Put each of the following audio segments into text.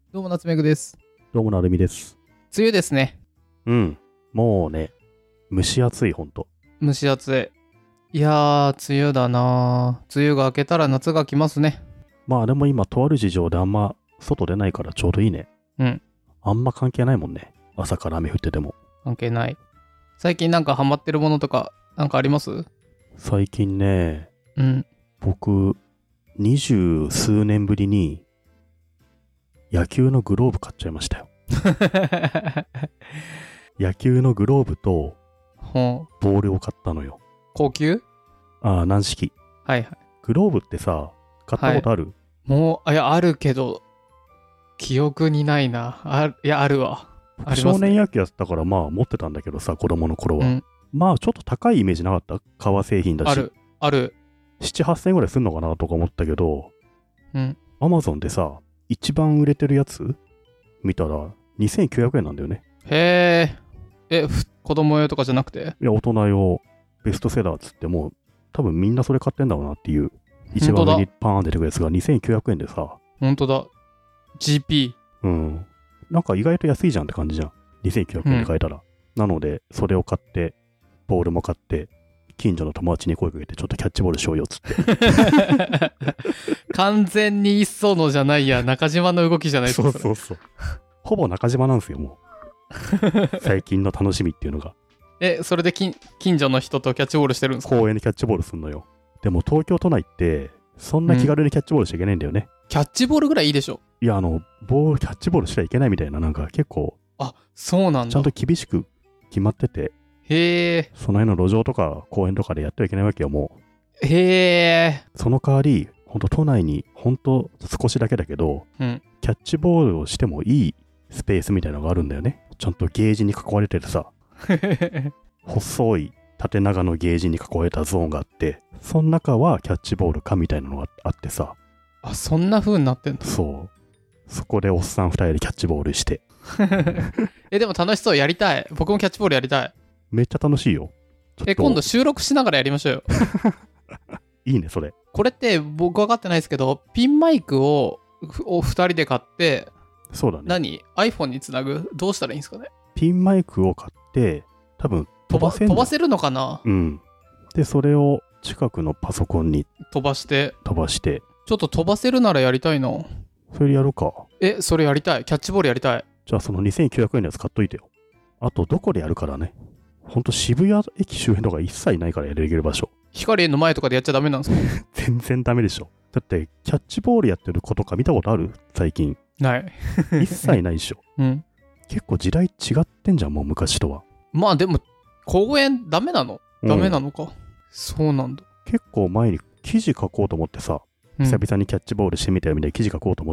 どうも夏目ぐです。 どうもなるみです。 梅雨ですね。 もうね、蒸し暑いほんと。 蒸し暑い。いやー、梅雨だなー。梅雨が明けたら夏が来ますね。 まあでも今とある事情であんま外出ないからちょうどいいね。あんま関係ないもんね。朝から雨降ってても。 関係ない。最近なんかハマってるものとかなんかあります？ 最近ね、 うん。 僕、20数年ぶりに野球のグローブ買っちゃいましたよ。野球のグローブとほう。 ボールを買ったのよ。 高級？ 軟式。 はいはい。 グローブってさ、買ったことある？ もう、いや、あるけど、記憶にないな。いや、あるわ。ありますね。 少年野球やってたからまあ持ってたんだけどさ、子供の頃は。まあちょっと高いイメージなかった？革製品だし。 ある。 7、8千円ぐらいすんのかなとか思ったけど、 アマゾンでさ、一番売れてるやつ見たら2900円なんだよね。 へー。子供用とかじゃなくて？ いや、大人用ベストセラーっつってもう、多分みんなそれ買ってんだろうなっていう、一番上にパーン出てくるやつが2900円でさ。 ほんとだ。GP。 なんか意外と安いじゃんって感じじゃん。2900円で買えたら。なので、それを買って、ボールも買って、近所の友達に声かけて、ちょっとキャッチボールしようよっつって。 完全に一層のじゃないや、中島の動きじゃないですか。 そう。ほぼ中島なんですよ、もう。最近の楽しみっていうのが。 それで近所の人とキャッチボールしてるんですか？ 公園でキャッチボールすんのよ。でも東京都内って、そんな気軽にキャッチボールしちゃいけないんだよね。 キャッチボールぐらいいいでしょ。 いや、キャッチボールしちゃいけないみたいな、なんか結構、 そうなんだ。 ちゃんと厳しく決まってて、 へえ。 その辺の路上とか公園とかでやってはいけないわけよ、もう。へえ。 その代わり、ほんと都内に、ほんと少しだけだけど、キャッチボールをしてもいいスペースみたいなのがあるんだよね。ちゃんとゲージに囲われててさ、細い縦長のゲージに囲われたゾーンがあって、その中はキャッチボールかみたいなのがあってさ。 そんな風になってんの？ そう。そこでおっさん2人でキャッチボールして。 でも楽しそう、やりたい。僕もキャッチボールやりたい。 めっちゃ楽しいよ。 今度収録しながらやりましょうよ。 いいね、それ。 これって僕分かってないですけど、ピンマイクを2人で買って、 そうだね。 iPhone につなぐ？どうしたらいいんですかね？ ピンマイクを買って、多分飛ばせるのかな？ で、それを近くのパソコンに飛ばして。 ちょっと飛ばせるならやりたいな。 それでやるか。 それやりたい。キャッチボールやりたい。 じゃあその2900円のやつ買っといてよ。あとどこでやるからね。ほんと渋谷駅周辺とか一切ないからやれる場所。 ヒカリエの前とかでやっちゃダメなんですか？ 全然ダメでしょ。だってキャッチボールやってる子とか見たことある？最近。 ない。 一切ないでしょ。結構時代違ってんじゃん、もう昔とは。 まあでも、公園ダメなの？ダメなのか。そうなんだ。 結構前に記事書こうと思ってさ、久々にキャッチボールしてみたよみたいな記事書こうと思って、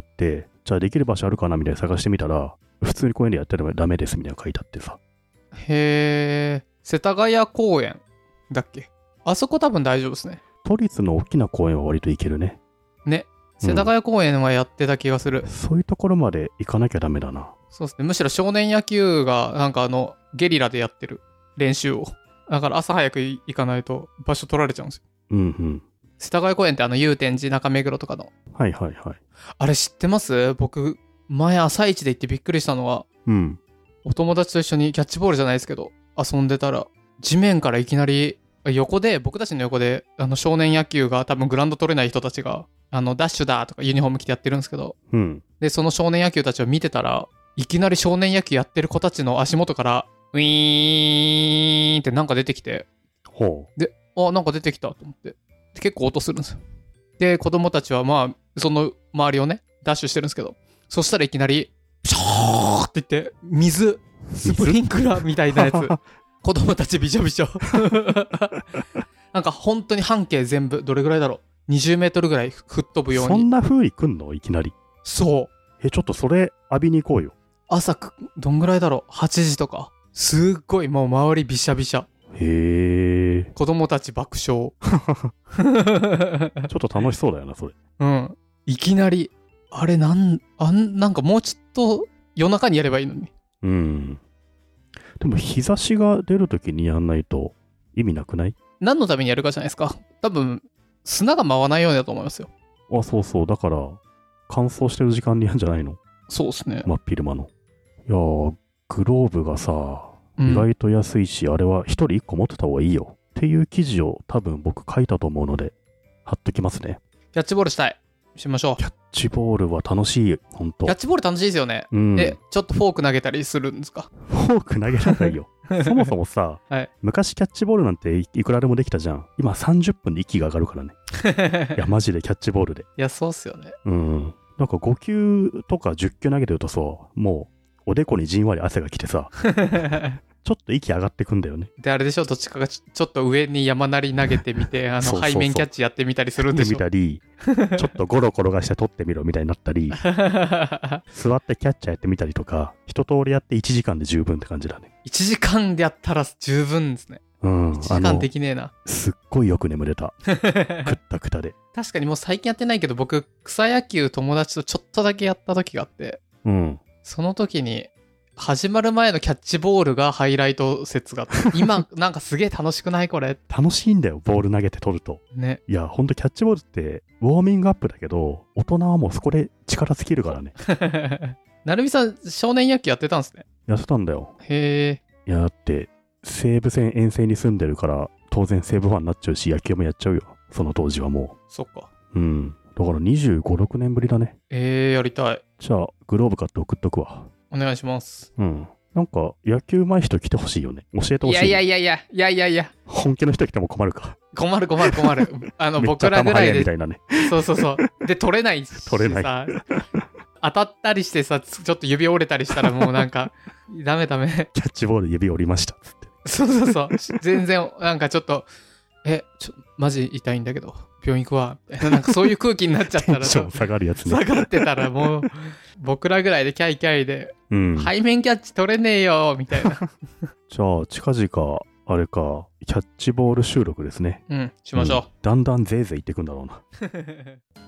じゃあできる場所あるかなみたいな探してみたら、普通に公園でやってればダメですみたいな書いてあってさ。 へー。世田谷公園だっけ？あそこ多分大丈夫ですね。 都立の大きな公園は割と行けるね。 ね。世田谷公園はやってた気がする。 そういうところまで行かなきゃダメだな。 そうですね。むしろ少年野球がなんかゲリラでやってる練習を。だから朝早く行かないと場所取られちゃうんですよ。世田谷公園って祐天寺中目黒とかの。 はい。 あれ知ってます？僕、前朝一で行ってびっくりしたのは、お友達と一緒にキャッチボールじゃないですけど、遊んでたら、地面からいきなり、僕たちの横で、少年野球が多分グラウンド取れない人たちが、ダッシュだとかユニフォーム着てやってるんですけど、で、その少年野球たちを見てたら、いきなり少年野球やってる子たちの足元から、ウィーンってなんか出てきて、で、なんか出てきたと思って。結構音するんですよ。で、子供たちはまあ、その周りをね、ダッシュしてるんですけど、そしたらいきなり、ピショーって言って、スプリンクラーみたいなやつ。子供たちびしょびしょ。なんか本当に半径全部、どれぐらいだろう。20メートルぐらい吹っ飛ぶように。 そんな風に来んの？いきなり。 そう。 ちょっとそれ浴びに行こうよ。 朝、どんぐらいだろう。8時とか。すっごいもう周りびしゃびしゃ。 へー。 子供たち爆笑。ちょっと楽しそうだよな、それ。 いきなり、あれなんかもうちょっと夜中にやればいいのに。 でも日差しが出るときにやんないと意味なくない？ 何のためにやるかじゃないですか。多分、砂が舞わないようにだと思いますよ。 そう。だから、乾燥してる時間にやるんじゃないの？ そうですね。 真っ昼間の。いやー、グローブがさ、意外と安いし、あれは一人一個持ってた方がいいよっていう記事を多分僕書いたと思うので、貼っときますね。 キャッチボールしたい。しましょう。 キャッチボールは楽しい、ほんと。 キャッチボール楽しいですよね。ちょっとフォーク投げたりするんですか？ フォーク投げられないよ。そもそもさ、はい、昔キャッチボールなんていくらでもできたじゃん。今30分で息が上がるからね。いや、マジでキャッチボールで。 いや、そうっすよね。 なんか5球とか10球投げてるとさ、もうおでこにじんわり汗が来てさ、ちょっと息上がってくんだよね。 で、あれでしょ、どっちかがちょっと上に山なり投げてみて、背面キャッチやってみたりするんでしょ。 やってみたり、ちょっとゴロ転がして取ってみろみたいになったり、座ってキャッチャーやってみたりとか、一通りやって1時間で十分って感じだね。 1時間でやったら十分ですね。1時間できねえな。 すっごいよく眠れた。くったくたで。 確かにもう最近やってないけど、僕、草野球友達とちょっとだけやった時があって、その時に、始まる前のキャッチボールがハイライト説があって、今なんかすげえ楽しくないこれ？ 楽しいんだよ、ボール投げて取ると。ね。いや、ほんとキャッチボールってウォーミングアップだけど、大人はもうそこで力尽きるからね。 なるみさん、少年野球やってたんですね。 やってたんだよ。 へえ。いや、だって、西武線沿線に住んでるから、当然西武ファンになっちゃうし、野球もやっちゃうよ。その当時はもう。そっか。 だから25、6年ぶりだね。 やりたい。 じゃあ、グローブ買って送っとくわ。 お願いします。 なんか、野球上手い人来てほしいよね。教えてほしい。 いや。 本気の人来ても困るか。 困る。僕らぐらいで。 みたいなね。 そう。で、取れないしさ。 取れない。 当たったりしてさ、ちょっと指折れたりしたらもうなんか、ダメ。 キャッチボール指折りました。つって。 そう。全然、なんかちょっと、マジ痛いんだけど、病院行くわ。なんかそういう空気になっちゃったら。 下がるやつね。 下がってたらもう、僕らぐらいでキャイキャイで、背面キャッチ取れねえよ、みたいな。 じゃあ、近々、あれか、キャッチボール収録ですね。 しましょう。 だんだんぜいぜい言ってくんだろうな。